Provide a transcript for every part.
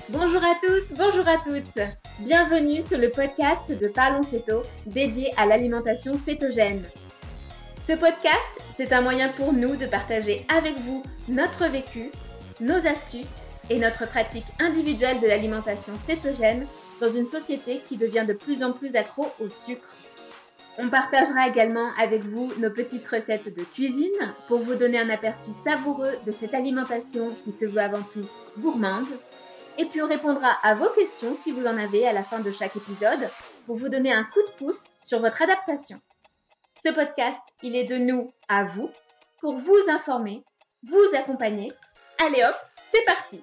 Bonjour à tous, bonjour à toutes. Bienvenue sur le podcast de Parlons Céto, dédié à l'alimentation cétogène. Ce podcast, c'est un moyen pour nous de partager avec vous notre vécu, nos astuces et notre pratique individuelle de l'alimentation cétogène dans une société qui devient de plus en plus accro au sucre. On partagera également avec vous nos petites recettes de cuisine pour vous donner un aperçu savoureux de cette alimentation qui se veut avant tout gourmande. Et puis on répondra à vos questions si vous en avez à la fin de chaque épisode pour vous donner un coup de pouce sur votre adaptation. Ce podcast, il est de nous à vous pour vous informer, vous accompagner. Allez hop, c'est parti!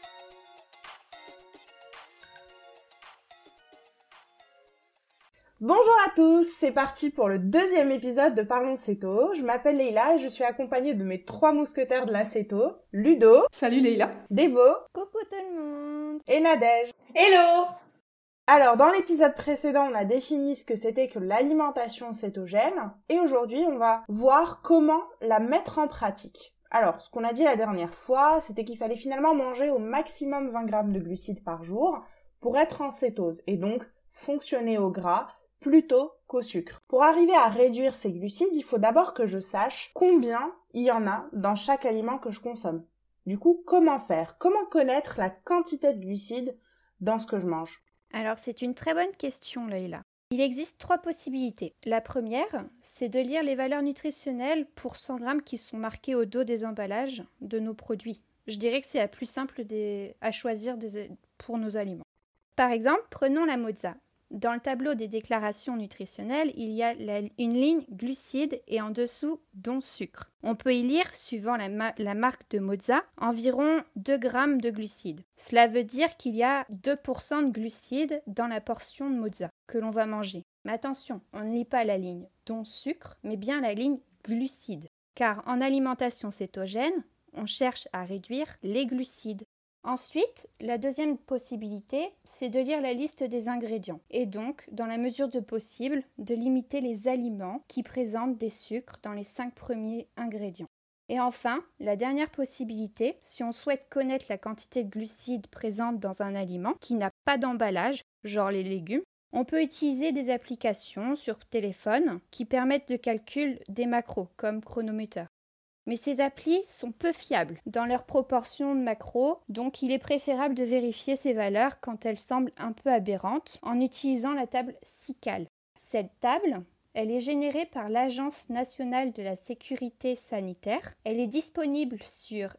Bonjour à tous, c'est parti pour le deuxième épisode de Parlons Céto. Je m'appelle Leïla et je suis accompagnée de mes 3 mousquetaires de la Céto, Ludo. Salut Leïla. Debo. Coucou tout le monde. Et Nadège. Hello! Alors, dans l'épisode précédent, on a défini ce que c'était que l'alimentation cétogène. Et aujourd'hui, on va voir comment la mettre en pratique. Alors, ce qu'on a dit la dernière fois, c'était qu'il fallait finalement manger au maximum 20 grammes de glucides par jour pour être en cétose et donc fonctionner au gras plutôt qu'au sucre. Pour arriver à réduire ces glucides, il faut d'abord que je sache combien il y en a dans chaque aliment que je consomme. Du coup, comment faire? Comment connaître la quantité de glucides dans ce que je mange? Alors c'est une très bonne question Leïla. Il existe 3 possibilités. La première, c'est de lire les valeurs nutritionnelles pour 100 grammes qui sont marquées au dos des emballages de nos produits. Je dirais que c'est la plus simple à choisir pour nos aliments. Par exemple, prenons la mozza. Dans le tableau des déclarations nutritionnelles, il y a une ligne glucides et en dessous don sucre. On peut y lire, suivant la marque de mozza, environ 2 grammes de glucides. Cela veut dire qu'il y a 2% de glucides dans la portion de mozza que l'on va manger. Mais attention, on ne lit pas la ligne don sucre, mais bien la ligne glucides. Car en alimentation cétogène, on cherche à réduire les glucides. Ensuite, la deuxième possibilité, c'est de lire la liste des ingrédients et donc, dans la mesure de possible, de limiter les aliments qui présentent des sucres dans les 5 premiers ingrédients. Et enfin, la dernière possibilité, si on souhaite connaître la quantité de glucides présente dans un aliment qui n'a pas d'emballage, genre les légumes, on peut utiliser des applications sur téléphone qui permettent de calculer des macros comme chronomètre. Mais ces applis sont peu fiables dans leur proportion de macros, donc il est préférable de vérifier ces valeurs quand elles semblent un peu aberrantes en utilisant la table SICAL. Cette table, elle est générée par l'Agence nationale de la sécurité sanitaire. Elle est disponible sur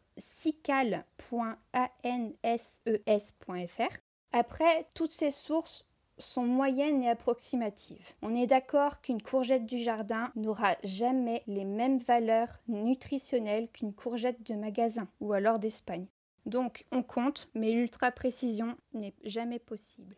sical.anses.fr. Après, toutes ces sources sont moyennes et approximatives. On est d'accord qu'une courgette du jardin n'aura jamais les mêmes valeurs nutritionnelles qu'une courgette de magasin ou alors d'Espagne. Donc on compte, mais l'ultra-précision n'est jamais possible.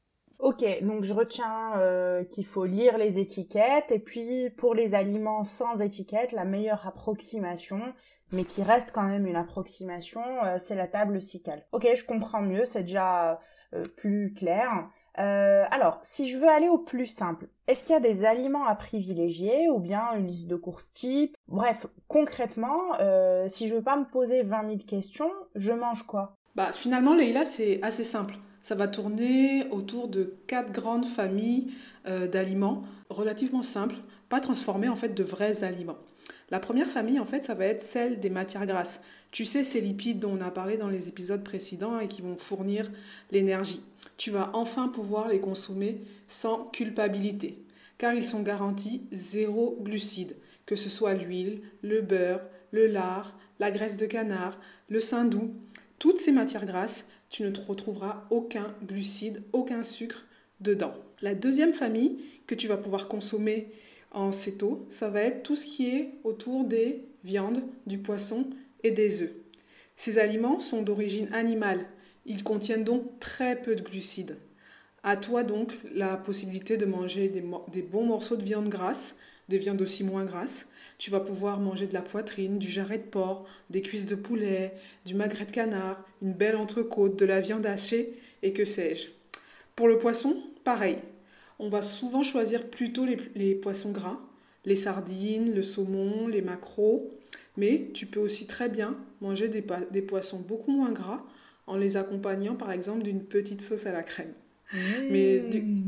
Ok, donc je retiens qu'il faut lire les étiquettes et puis pour les aliments sans étiquette, la meilleure approximation, mais qui reste quand même une approximation, c'est la table SICAL. Ok, je comprends mieux, c'est déjà plus clair. Alors, si je veux aller au plus simple, est-ce qu'il y a des aliments à privilégier ou bien une liste de courses type? Bref, concrètement, si je veux pas me poser 20 000 questions, je mange quoi? Finalement, Leïla, c'est assez simple. Ça va tourner autour de 4 grandes familles d'aliments relativement simples, pas transformés en fait de vrais aliments. La première famille, en fait, ça va être celle des matières grasses. Tu sais, ces lipides dont on a parlé dans les épisodes précédents et qui vont fournir l'énergie. Tu vas enfin pouvoir les consommer sans culpabilité, car ils sont garantis 0 glucides, que ce soit l'huile, le beurre, le lard, la graisse de canard, le saindoux. Toutes ces matières grasses, tu ne te retrouveras aucun glucide, aucun sucre dedans. La deuxième famille que tu vas pouvoir consommer en céto, ça va être tout ce qui est autour des viandes, du poisson et des œufs. Ces aliments sont d'origine animale. Ils contiennent donc très peu de glucides. À toi donc la possibilité de manger des bons morceaux de viande grasse, des viandes aussi moins grasses. Tu vas pouvoir manger de la poitrine, du jarret de porc, des cuisses de poulet, du magret de canard, une belle entrecôte, de la viande hachée et que sais-je. Pour le poisson, pareil. On va souvent choisir plutôt les poissons gras, les sardines, le saumon, les maquereaux. Mais tu peux aussi très bien manger des poissons beaucoup moins gras en les accompagnant par exemple d'une petite sauce à la crème. Mais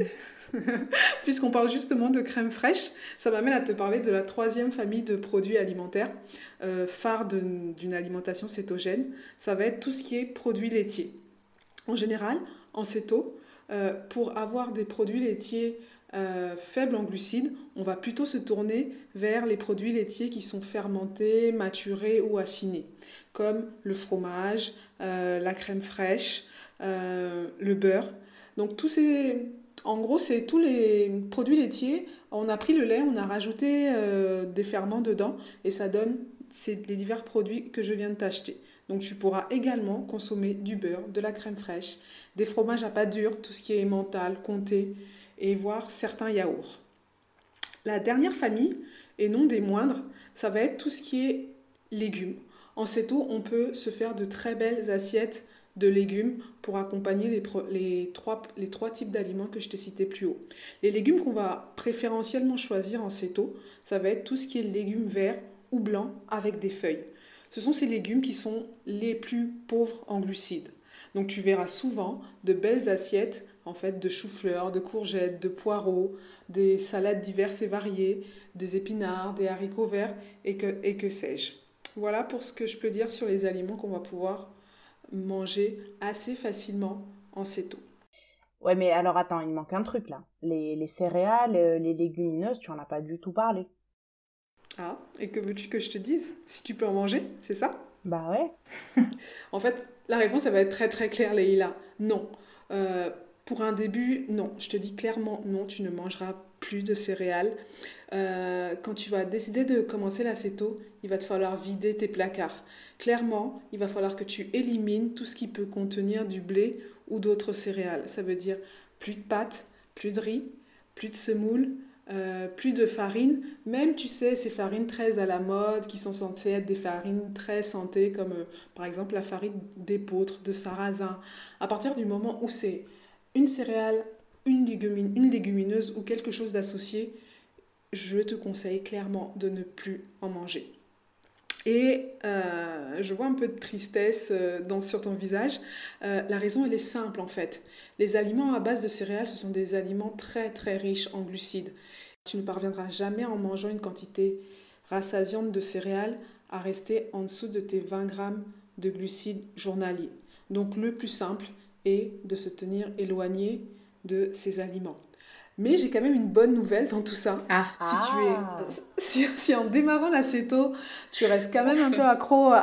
puisqu'on parle justement de crème fraîche, ça m'amène à te parler de la troisième famille de produits alimentaires, phare d'une alimentation cétogène. Ça va être tout ce qui est produits laitiers. En général, en céto, pour avoir des produits laitiers faibles en glucides, on va plutôt se tourner vers les produits laitiers qui sont fermentés, maturés ou affinés, comme le fromage, la crème fraîche, le beurre. Donc en gros, c'est tous les produits laitiers. On a pris le lait, on a rajouté des ferments dedans et ça donne les divers produits que je viens de t'acheter. Donc tu pourras également consommer du beurre, de la crème fraîche, des fromages à pâte dure, tout ce qui est emmental, comté et voire certains yaourts. La dernière famille, et non des moindres, ça va être tout ce qui est légumes. En céto, on peut se faire de très belles assiettes de légumes pour accompagner les trois types d'aliments que je t'ai cités plus haut. Les légumes qu'on va préférentiellement choisir en céto, ça va être tout ce qui est légumes verts ou blancs avec des feuilles. Ce sont ces légumes qui sont les plus pauvres en glucides. Donc tu verras souvent de belles assiettes en fait, de choux-fleurs, de courgettes, de poireaux, des salades diverses et variées, des épinards, des haricots verts et que sais-je. Voilà pour ce que je peux dire sur les aliments qu'on va pouvoir manger assez facilement en céto. Ouais, mais alors attends, il manque un truc là. Les céréales, les légumineuses, tu en as pas du tout parlé. Ah, et que veux-tu que je te dise? Si tu peux en manger, c'est ça? Bah ouais. En fait, la réponse, elle va être très très claire, Leïla. Non. Pour un début, non. Je te dis clairement, non, tu ne mangeras plus de céréales. Quand tu vas décider de commencer la céto, il va te falloir vider tes placards. Clairement, il va falloir que tu élimines tout ce qui peut contenir du blé ou d'autres céréales. Ça veut dire plus de pâtes, plus de riz, plus de semoule, plus de farine. Même, tu sais, ces farines très à la mode, qui sont censées être des farines très santé, comme par exemple la farine d'épeautre, de sarrasin. À partir du moment où c'est une céréale, une légumineuse ou quelque chose d'associé, je te conseille clairement de ne plus en manger. Et je vois un peu de tristesse sur ton visage. La raison, elle est simple en fait. Les aliments à base de céréales, ce sont des aliments très très riches en glucides. Tu ne parviendras jamais en mangeant une quantité rassasiante de céréales à rester en dessous de tes 20 grammes de glucides journaliers. Donc le plus simple est de se tenir éloigné de ces aliments. Mais j'ai quand même une bonne nouvelle dans tout ça. Si en démarrant la céto, tu restes quand même un peu accro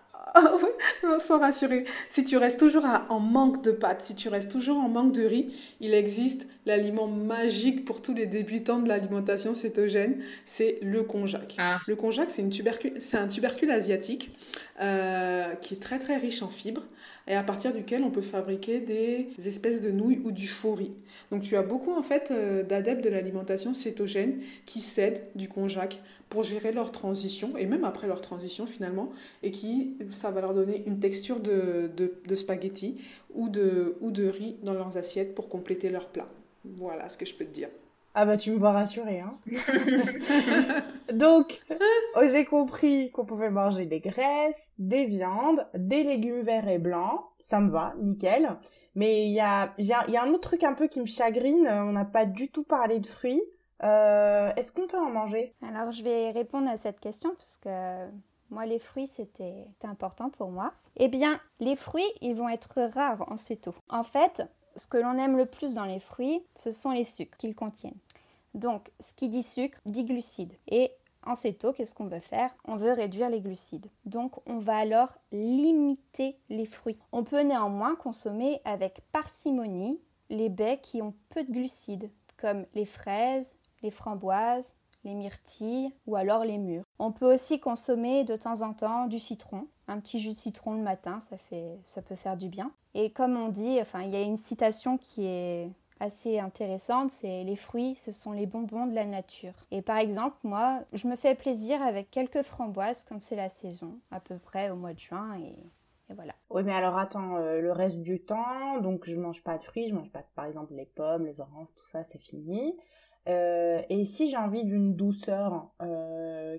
sois rassurée. Si tu restes toujours en manque de pâtes, si tu restes toujours en manque de riz, il existe l'aliment magique pour tous les débutants de l'alimentation cétogène, c'est le konjac. Le konjac, c'est un tubercule asiatique qui est très très riche en fibres et à partir duquel on peut fabriquer des espèces de nouilles ou du faux riz. Donc tu as beaucoup en fait d'adeptes de l'alimentation cétogène qui s'aident du konjac pour gérer leur transition et même après leur transition finalement, et ça va leur donner une texture de spaghetti ou de riz dans leurs assiettes pour compléter leur plat. Voilà ce que je peux te dire. Ah bah tu me vois rassurée, hein. Donc, j'ai compris qu'on pouvait manger des graisses, des viandes, des légumes verts et blancs. Ça me va, nickel. Mais il y a un autre truc un peu qui me chagrine. On n'a pas du tout parlé de fruits. Est-ce qu'on peut en manger? Alors, je vais répondre à cette question parce que moi, les fruits, c'était important pour moi. Eh bien, les fruits, ils vont être rares en céto. En fait, ce que l'on aime le plus dans les fruits, ce sont les sucres qu'ils contiennent. Donc, ce qui dit sucre, dit glucides. Et en céto, qu'est-ce qu'on veut faire? On veut réduire les glucides. Donc, on va alors limiter les fruits. On peut néanmoins consommer avec parcimonie les baies qui ont peu de glucides, comme les fraises, les framboises, les myrtilles ou alors les mûres. On peut aussi consommer de temps en temps du citron. Un petit jus de citron le matin, ça peut faire du bien. Et comme on dit, il y a une citation qui est assez intéressante, c'est les fruits, ce sont les bonbons de la nature. Et par exemple, moi, je me fais plaisir avec quelques framboises quand c'est la saison, à peu près au mois de juin et voilà. Oui, mais alors attends, le reste du temps, donc je mange pas de fruits, je mange pas par exemple les pommes, les oranges, tout ça, c'est fini. Et si j'ai envie d'une douceur,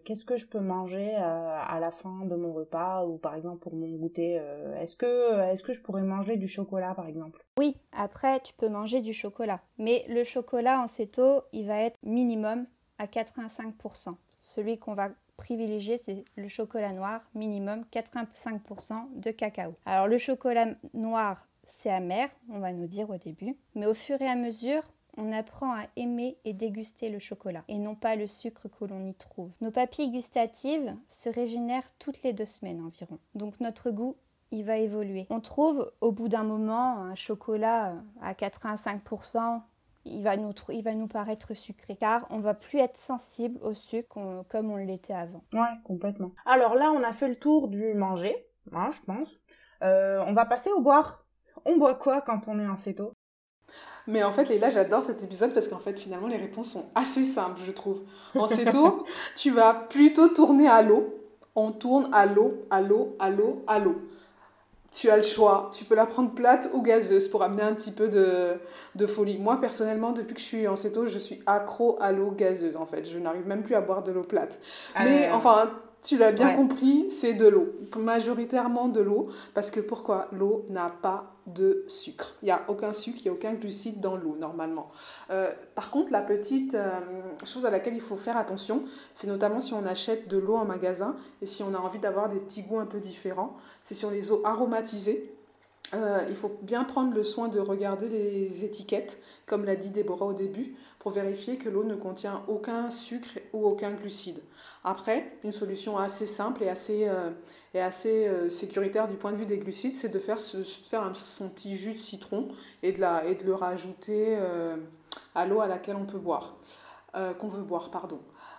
qu'est-ce que je peux manger à la fin de mon repas ou par exemple pour mon goûter. Est-ce que je pourrais manger du chocolat par exemple? Oui, après, tu peux manger du chocolat. Mais le chocolat en céto, il va être minimum à 85%. Celui qu'on va privilégier, c'est le chocolat noir, minimum 85% de cacao. Alors le chocolat noir, c'est amer, on va nous dire au début. Mais au fur et à mesure, on apprend à aimer et déguster le chocolat et non pas le sucre que l'on y trouve. Nos papilles gustatives se régénèrent toutes les 2 semaines environ. Donc notre goût, il va évoluer. On trouve au bout d'un moment un chocolat à 85%, il va nous paraître sucré car on va plus être sensible au sucre comme on l'était avant. Ouais, complètement. Alors là, on a fait le tour du manger, hein, je pense. On va passer au boire. On boit quoi quand on est en céto? Mais en fait, Leïla, j'adore cet épisode parce qu'en fait, finalement, les réponses sont assez simples, je trouve. En céto, tu vas plutôt tourner à l'eau. On tourne à l'eau, à l'eau, à l'eau, à l'eau. Tu as le choix. Tu peux la prendre plate ou gazeuse pour amener un petit peu de folie. Moi, personnellement, depuis que je suis en céto, je suis accro à l'eau gazeuse, en fait. Je n'arrive même plus à boire de l'eau plate. Mais enfin, tu l'as bien compris, c'est de l'eau. Majoritairement de l'eau. Parce que pourquoi? L'eau n'a pas de sucre. Il n'y a aucun sucre, il n'y a aucun glucide dans l'eau, normalement. Par contre, la petite chose à laquelle il faut faire attention, c'est notamment si on achète de l'eau en magasin et si on a envie d'avoir des petits goûts un peu différents, c'est sur les eaux aromatisées. Il faut bien prendre le soin de regarder les étiquettes, comme l'a dit Déborah au début, pour vérifier que l'eau ne contient aucun sucre ou aucun glucide. Après, une solution assez simple et assez sécuritaire du point de vue des glucides, c'est de faire son petit jus de citron et de le rajouter à l'eau à laquelle on peut boire, qu'on veut boire, pardon.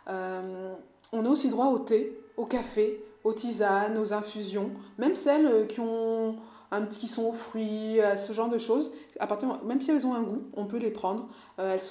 On a aussi droit au thé, au café, aux tisanes, aux infusions, même celles qui sont aux fruits, ce genre de choses. Même si elles ont un goût, on peut les prendre. Elles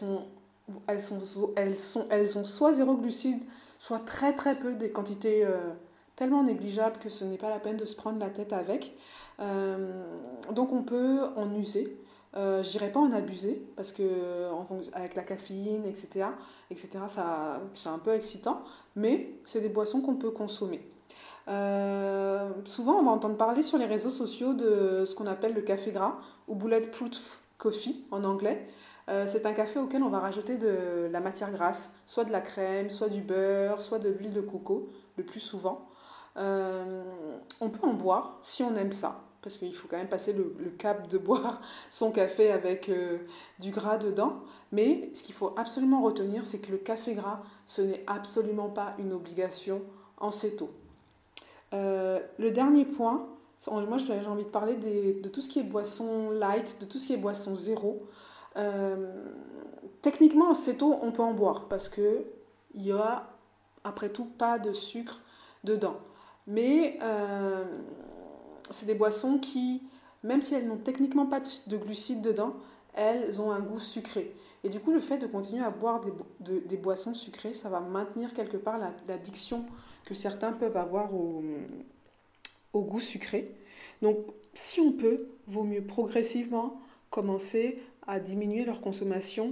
ont soit zéro glucide, soit très très peu, des quantités tellement négligeables que ce n'est pas la peine de se prendre la tête avec. Donc on peut en user. Je dirais pas en abuser parce que avec la caféine, etc., ça, c'est un peu excitant, mais c'est des boissons qu'on peut consommer. Souvent, on va entendre parler sur les réseaux sociaux de ce qu'on appelle le café gras ou bulletproof coffee en anglais. C'est un café auquel on va rajouter de la matière grasse, soit de la crème, soit du beurre, soit de l'huile de coco, le plus souvent. On peut en boire si on aime ça, parce qu'il faut quand même passer le cap de boire son café avec du gras dedans. Mais ce qu'il faut absolument retenir, c'est que le café gras, ce n'est absolument pas une obligation en céto. Le dernier point, moi j'ai envie de parler de tout ce qui est boisson light, de tout ce qui est boisson zéro. Techniquement en céto on peut en boire parce que il y a après tout pas de sucre dedans, mais c'est des boissons qui, même si elles n'ont techniquement pas de glucides dedans, elles ont un goût sucré, et du coup le fait de continuer à boire des boissons sucrées, ça va maintenir quelque part l'addiction que certains peuvent avoir au goût sucré. Donc si on peut, vaut mieux progressivement commencer à diminuer leur consommation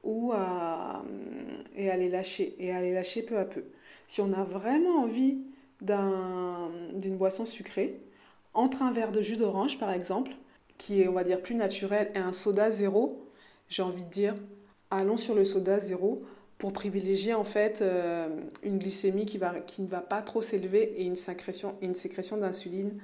et à les lâcher peu à peu. Si on a vraiment envie d'une boisson sucrée, entre un verre de jus d'orange par exemple, qui est on va dire plus naturel, et un soda zéro, j'ai envie de dire, allons sur le soda zéro pour privilégier en fait une glycémie qui ne va pas trop s'élever et une sécrétion d'insuline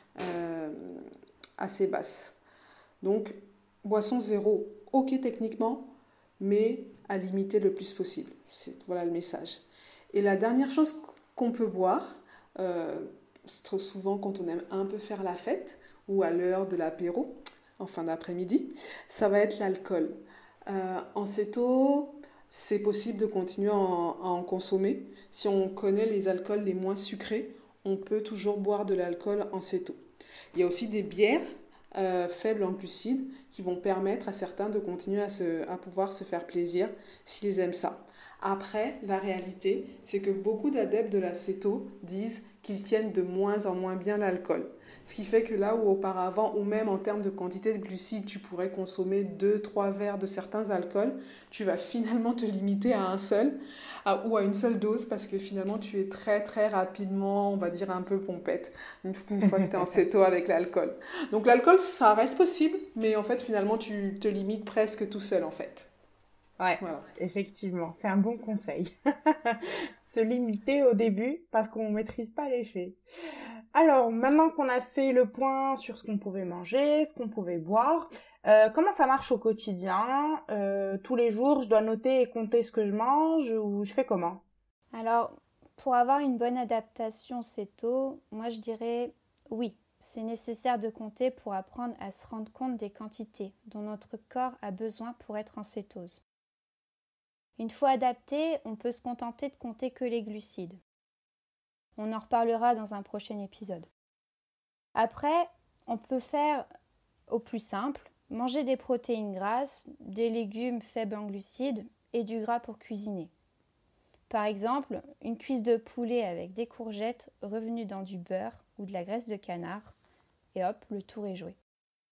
assez basse. Donc boisson zéro, ok techniquement, mais à limiter le plus possible. Voilà le message. Et la dernière chose qu'on peut boire, c'est trop souvent quand on aime un peu faire la fête ou à l'heure de l'apéro, en fin d'après-midi, ça va être l'alcool. En céto, c'est possible de continuer à en consommer. Si on connaît les alcools les moins sucrés, on peut toujours boire de l'alcool en céto. Il y a aussi des bières faibles en glucides qui vont permettre à certains de continuer à pouvoir se faire plaisir s'ils aiment ça. Après, la réalité, c'est que beaucoup d'adeptes de la céto disent qu'ils tiennent de moins en moins bien l'alcool. Ce qui fait que là où auparavant, ou même en termes de quantité de glucides, tu pourrais consommer 2-3 verres de certains alcools, tu vas finalement te limiter à un seul ou à une seule dose parce que finalement tu es très très rapidement, on va dire un peu pompette, une fois que tu es en céto avec l'alcool. Donc l'alcool, ça reste possible, mais en fait finalement tu te limites presque tout seul en fait. Ouais, voilà. Effectivement, c'est un bon conseil. Se limiter au début parce qu'on ne maîtrise pas l'effet. Alors, maintenant qu'on a fait le point sur ce qu'on pouvait manger, ce qu'on pouvait boire, comment ça marche au quotidien ? Tous les jours, je dois noter et compter ce que je mange ou je fais comment ? Alors, pour avoir une bonne adaptation céto, moi je dirais oui. C'est nécessaire de compter pour apprendre à se rendre compte des quantités dont notre corps a besoin pour être en cétose. Une fois adapté, on peut se contenter de compter que les glucides. On en reparlera dans un prochain épisode. Après, on peut faire au plus simple, manger des protéines grasses, des légumes faibles en glucides et du gras pour cuisiner. Par exemple, une cuisse de poulet avec des courgettes revenues dans du beurre ou de la graisse de canard, et hop, le tour est joué.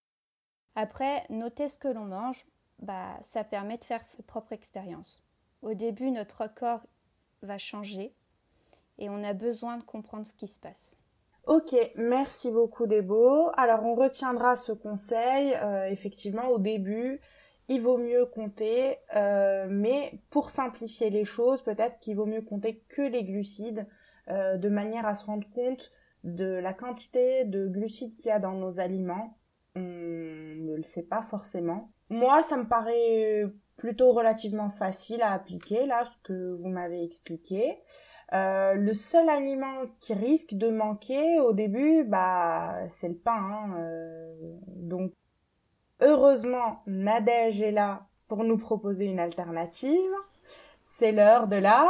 Après, noter ce que l'on mange, ça permet de faire sa propre expérience. Au début, notre corps va changer et on a besoin de comprendre ce qui se passe. Ok, merci beaucoup Débo. Alors on retiendra ce conseil. Effectivement, au début, il vaut mieux compter, mais pour simplifier les choses, peut-être qu'il vaut mieux compter que les glucides, de manière à se rendre compte de la quantité de glucides qu'il y a dans nos aliments. On ne le sait pas forcément. Moi, ça me paraît plutôt relativement facile à appliquer, là, ce que vous m'avez expliqué. Le seul aliment qui risque de manquer au début, c'est le pain. Donc, heureusement, Nadège est là pour nous proposer une alternative. C'est l'heure de la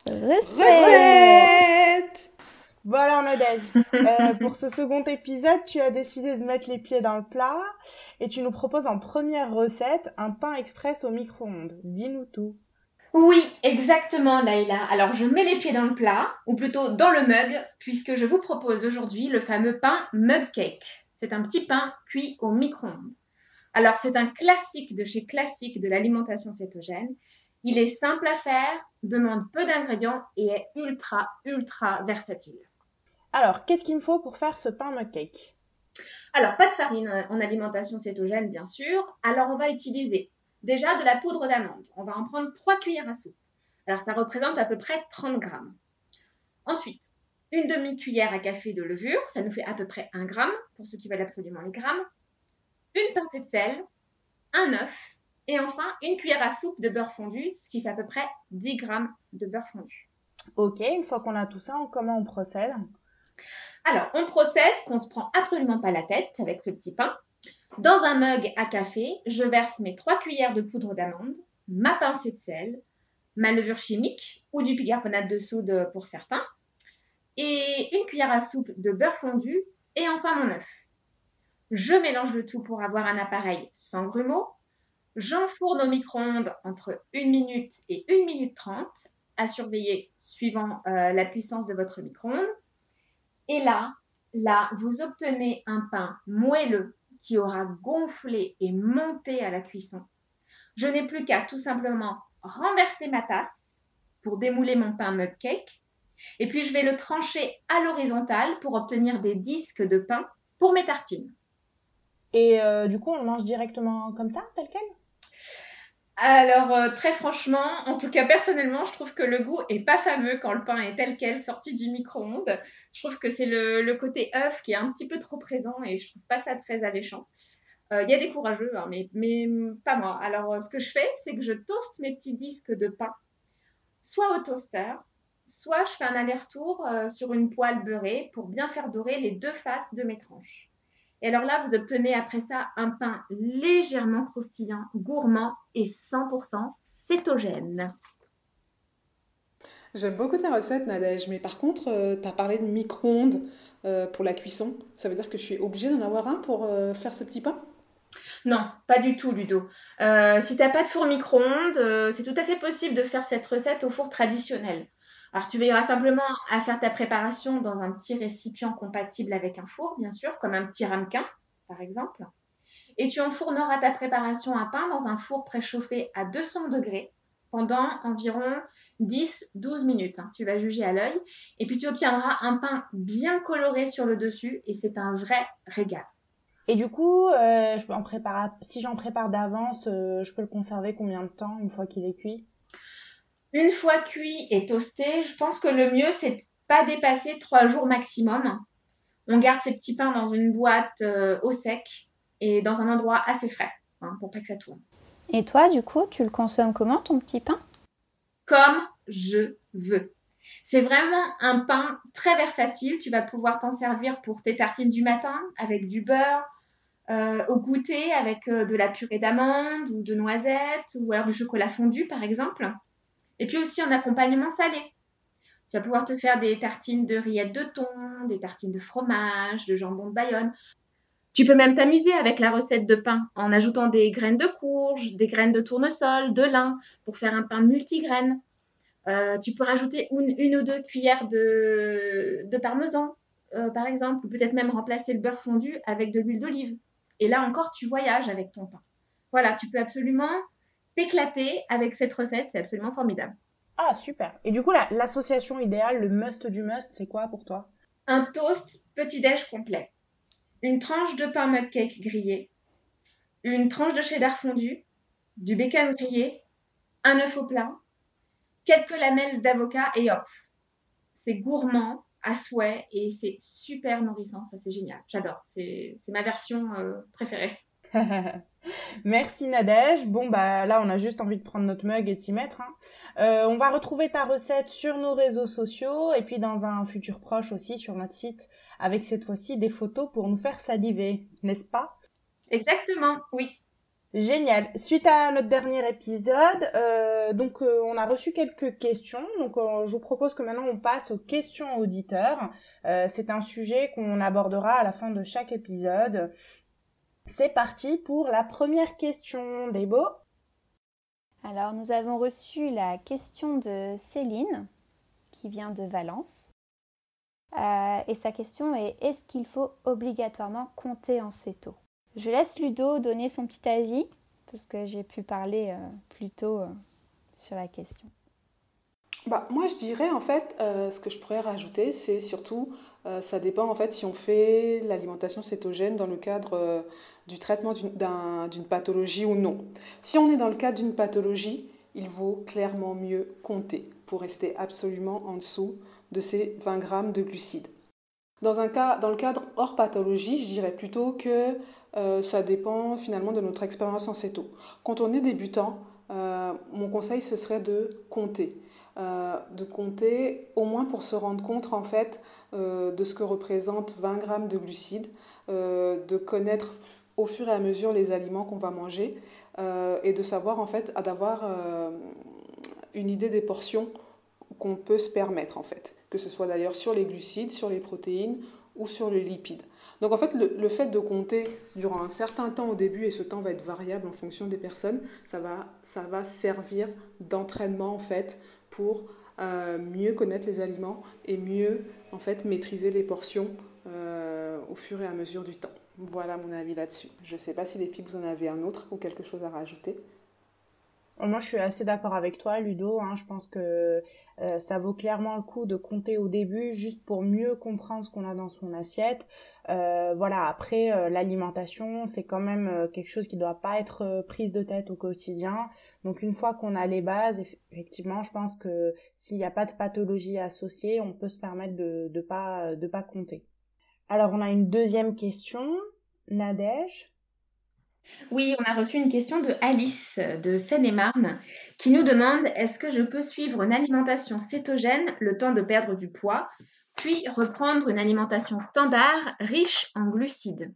recette. Voilà Nadège, pour ce second épisode, tu as décidé de mettre les pieds dans le plat et tu nous proposes en première recette un pain express au micro-ondes. Dis-nous tout. Oui, exactement Laïla. Alors je mets les pieds dans le plat, ou plutôt dans le mug, puisque je vous propose aujourd'hui le fameux pain mug cake. C'est un petit pain cuit au micro-ondes. Alors c'est un classique de chez classique de l'alimentation cétogène. Il est simple à faire, demande peu d'ingrédients et est ultra versatile. Alors, qu'est-ce qu'il me faut pour faire ce pain mug cake ? Alors, pas de farine en alimentation cétogène, bien sûr. Alors, on va utiliser déjà de la poudre d'amande. On va en prendre 3 cuillères à soupe. Alors, ça représente à peu près 30 grammes. Ensuite, une demi-cuillère à café de levure. Ça nous fait à peu près 1 gramme, pour ceux qui veulent absolument les grammes. Une pincée de sel, un œuf. Et enfin, une cuillère à soupe de beurre fondu, ce qui fait à peu près 10 grammes de beurre fondu. Ok, une fois qu'on a tout ça, comment on procède ? Alors, on procède qu'on ne se prend absolument pas la tête avec ce petit pain. Dans un mug à café, je verse mes 3 cuillères de poudre d'amande, ma pincée de sel, ma levure chimique ou du bicarbonate de soude pour certains, et une cuillère à soupe de beurre fondu et enfin mon œuf. Je mélange le tout pour avoir un appareil sans grumeaux. J'enfourne au micro-ondes entre 1 minute et 1 minute 30, à surveiller suivant la puissance de votre micro-ondes. Et là, vous obtenez un pain moelleux qui aura gonflé et monté à la cuisson. Je n'ai plus qu'à tout simplement renverser ma tasse pour démouler mon pain mug cake. Et puis, je vais le trancher à l'horizontale pour obtenir des disques de pain pour mes tartines. Et du coup, on le mange directement comme ça, tel quel ? Alors, très franchement, en tout cas personnellement, je trouve que le goût est pas fameux quand le pain est tel quel sorti du micro-ondes. Je trouve que c'est le côté œuf qui est un petit peu trop présent et je trouve pas ça très alléchant. Il y a des courageux, hein, mais pas moi. Alors, ce que je fais, c'est que je toaste mes petits disques de pain, soit au toaster, soit je fais un aller-retour sur une poêle beurrée pour bien faire dorer les 2 faces de mes tranches. Et alors là, vous obtenez après ça un pain légèrement croustillant, gourmand et 100% cétogène. J'aime beaucoup ta recette, Nadège, mais par contre, tu as parlé de micro-ondes pour la cuisson. Ça veut dire que je suis obligée d'en avoir un pour faire ce petit pain ? Non, pas du tout, Ludo. Si tu n'as pas de four micro-ondes, c'est tout à fait possible de faire cette recette au four traditionnel. Alors, tu veilleras simplement à faire ta préparation dans un petit récipient compatible avec un four, bien sûr, comme un petit ramequin, par exemple. Et tu enfourneras ta préparation à pain dans un four préchauffé à 200 degrés pendant environ 10-12 minutes. Tu vas juger à l'œil. Et puis, tu obtiendras un pain bien coloré sur le dessus et c'est un vrai régal. Et du coup, si j'en prépare d'avance, je peux le conserver combien de temps une fois qu'il est cuit? Une fois cuit et toasté, je pense que le mieux, c'est de pas dépasser 3 jours maximum. On garde ces petits pains dans une boîte au sec et dans un endroit assez frais pour pas que ça tourne. Et toi, du coup, tu le consommes comment, ton petit pain? Comme je veux. C'est vraiment un pain très versatile. Tu vas pouvoir t'en servir pour tes tartines du matin avec du beurre, au goûter avec de la purée d'amandes ou de noisettes ou alors du chocolat fondu par exemple. Et puis aussi en accompagnement salé. Tu vas pouvoir te faire des tartines de rillettes de thon, des tartines de fromage, de jambon de Bayonne. Tu peux même t'amuser avec la recette de pain en ajoutant des graines de courge, des graines de tournesol, de lin pour faire un pain multigraines. Tu peux rajouter une ou deux cuillères de parmesan, par exemple, ou peut-être même remplacer le beurre fondu avec de l'huile d'olive. Et là encore, tu voyages avec ton pain. Voilà, tu peux absolument t'éclater avec cette recette, c'est absolument formidable. Ah, super. Et du coup, l'association idéale, le must du must, c'est quoi pour toi? Un toast petit-déj complet, une tranche de pain mug cake grillé, une tranche de cheddar fondu, du bacon grillé, un œuf au plat, quelques lamelles d'avocat et hop, c'est gourmand à souhait et c'est super nourrissant, ça c'est génial, j'adore, c'est ma version préférée. Merci Nadège. Bon bah là on a juste envie de prendre notre mug et de s'y mettre. On va retrouver ta recette sur nos réseaux sociaux et puis dans un futur proche aussi sur notre site avec cette fois-ci des photos pour nous faire saliver, n'est-ce pas? Exactement, oui. Génial. Suite à notre dernier épisode, on a reçu quelques questions. Donc je vous propose que maintenant on passe aux questions auditeurs. C'est un sujet qu'on abordera à la fin de chaque épisode. C'est parti pour la première question, Débo. Alors, nous avons reçu la question de Céline, qui vient de Valence. Et sa question est: est-ce qu'il faut obligatoirement compter en céto? Je laisse Ludo donner son petit avis, parce que j'ai pu parler plus tôt sur la question. Moi, je dirais en fait, ce que je pourrais rajouter, c'est surtout, ça dépend en fait si on fait l'alimentation cétogène dans le cadre du traitement d'une pathologie ou non. Si on est dans le cadre d'une pathologie, il vaut clairement mieux compter pour rester absolument en dessous de ces 20 grammes de glucides. Dans le cadre hors pathologie, je dirais plutôt que ça dépend finalement de notre expérience en céto. Quand on est débutant, mon conseil ce serait de compter. Au moins pour se rendre compte en fait de ce que représentent 20 grammes de glucides, de connaître au fur et à mesure les aliments qu'on va manger et de savoir en fait d'avoir une idée des portions qu'on peut se permettre en fait, que ce soit d'ailleurs sur les glucides, sur les protéines ou sur les lipides. Donc en fait, le fait de compter durant un certain temps au début, et ce temps va être variable en fonction des personnes, ça va servir d'entraînement en fait pour mieux connaître les aliments et mieux en fait maîtriser les portions au fur et à mesure du temps. Voilà mon avis là-dessus. Je ne sais pas si les filles vous en avez un autre ou quelque chose à rajouter. Moi, je suis assez d'accord avec toi, Ludo. Je pense que ça vaut clairement le coup de compter au début, juste pour mieux comprendre ce qu'on a dans son assiette. Voilà. Après, l'alimentation, c'est quand même quelque chose qui ne doit pas être prise de tête au quotidien. Donc, une fois qu'on a les bases, effectivement, je pense que s'il n'y a pas de pathologie associée, on peut se permettre de pas compter. Alors, on a une deuxième question, Nadège. Oui, on a reçu une question de Alice de Seine-et-Marne qui nous demande: est-ce que je peux suivre une alimentation cétogène le temps de perdre du poids, puis reprendre une alimentation standard riche en glucides?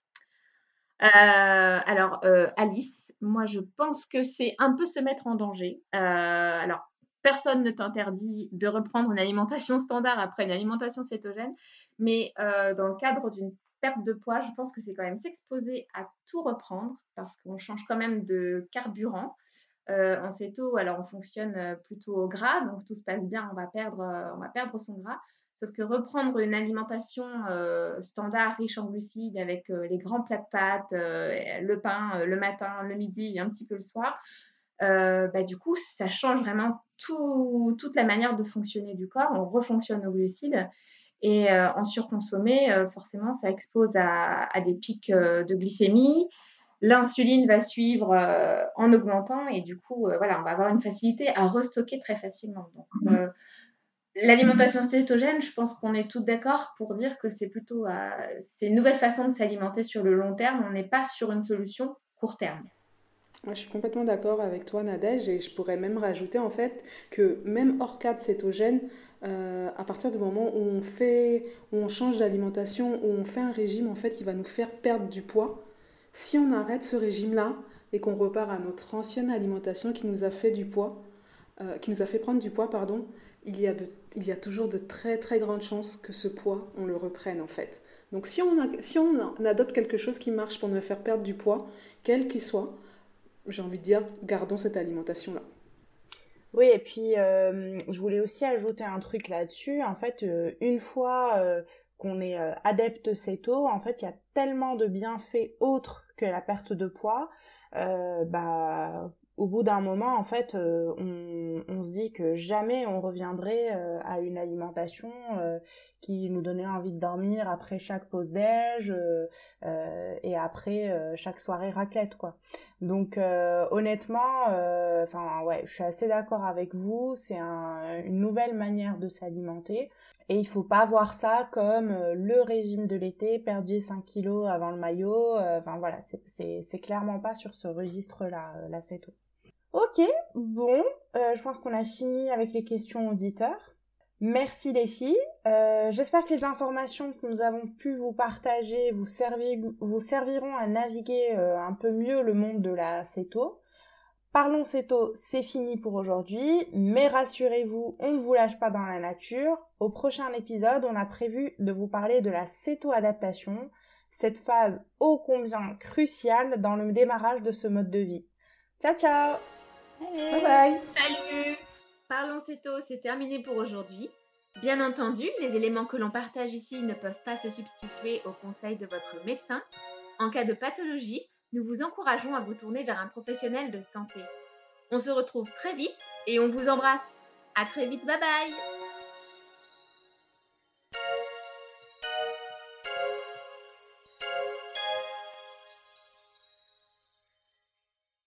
Alice, moi je pense que c'est un peu se mettre en danger. Alors, personne ne t'interdit de reprendre une alimentation standard après une alimentation cétogène, mais dans le cadre d'une perte de poids, je pense que c'est quand même s'exposer à tout reprendre parce qu'on change quand même de carburant. En céto, alors on fonctionne plutôt au gras, donc tout se passe bien, on va perdre son gras. Sauf que reprendre une alimentation standard, riche en glucides, avec les grands plats de pâtes, le pain le matin, le midi et un petit peu le soir, du coup, ça change vraiment toute la manière de fonctionner du corps. On refonctionne aux glucides et en surconsommer, forcément, ça expose à des pics de glycémie. L'insuline va suivre en augmentant et du coup, voilà, on va avoir une facilité à restocker très facilement. Donc, l'alimentation cétogène, je pense qu'on est toutes d'accord pour dire que c'est plutôt c'est une nouvelle façon de s'alimenter sur le long terme. On n'est pas sur une solution court terme. Ouais, je suis complètement d'accord avec toi, Nadège, et je pourrais même rajouter en fait que même hors cadre cétogène, à partir du moment où on change d'alimentation, où on fait un régime en fait qui va nous faire perdre du poids, si on arrête ce régime-là et qu'on repart à notre ancienne alimentation qui nous a fait du poids, qui nous a fait prendre du poids, pardon, il y a toujours de très très grandes chances que ce poids, on le reprenne en fait. Donc si on adopte quelque chose qui marche pour nous faire perdre du poids, quel qu'il soit, j'ai envie de dire, gardons cette alimentation-là. Oui, et puis je voulais aussi ajouter un truc là-dessus. En fait, une fois qu'on est adepte céto, en fait, il y a tellement de bienfaits autres que la perte de poids. Au bout d'un moment, en fait, on se dit que jamais on reviendrait à une alimentation qui nous donnait envie de dormir après chaque pause déj et après chaque soirée raclette, quoi. Donc honnêtement, je suis assez d'accord avec vous. C'est une nouvelle manière de s'alimenter. Et il faut pas voir ça comme le régime de l'été, perdre 5 kilos avant le maillot. C'est clairement pas sur ce registre-là, la céto. Ok, bon, je pense qu'on a fini avec les questions auditeurs. Merci les filles. J'espère que les informations que nous avons pu vous partager vous serviront à naviguer un peu mieux le monde de la céto. Parlons céto, c'est fini pour aujourd'hui, mais rassurez-vous, on ne vous lâche pas dans la nature. Au prochain épisode, on a prévu de vous parler de la céto-adaptation, cette phase ô combien cruciale dans le démarrage de ce mode de vie. Ciao ciao! Allez. Bye bye! Salut! Parlons céto, c'est terminé pour aujourd'hui. Bien entendu, les éléments que l'on partage ici ne peuvent pas se substituer aux conseils de votre médecin. En cas de pathologie, nous vous encourageons à vous tourner vers un professionnel de santé. On se retrouve très vite et on vous embrasse. À très vite, bye bye!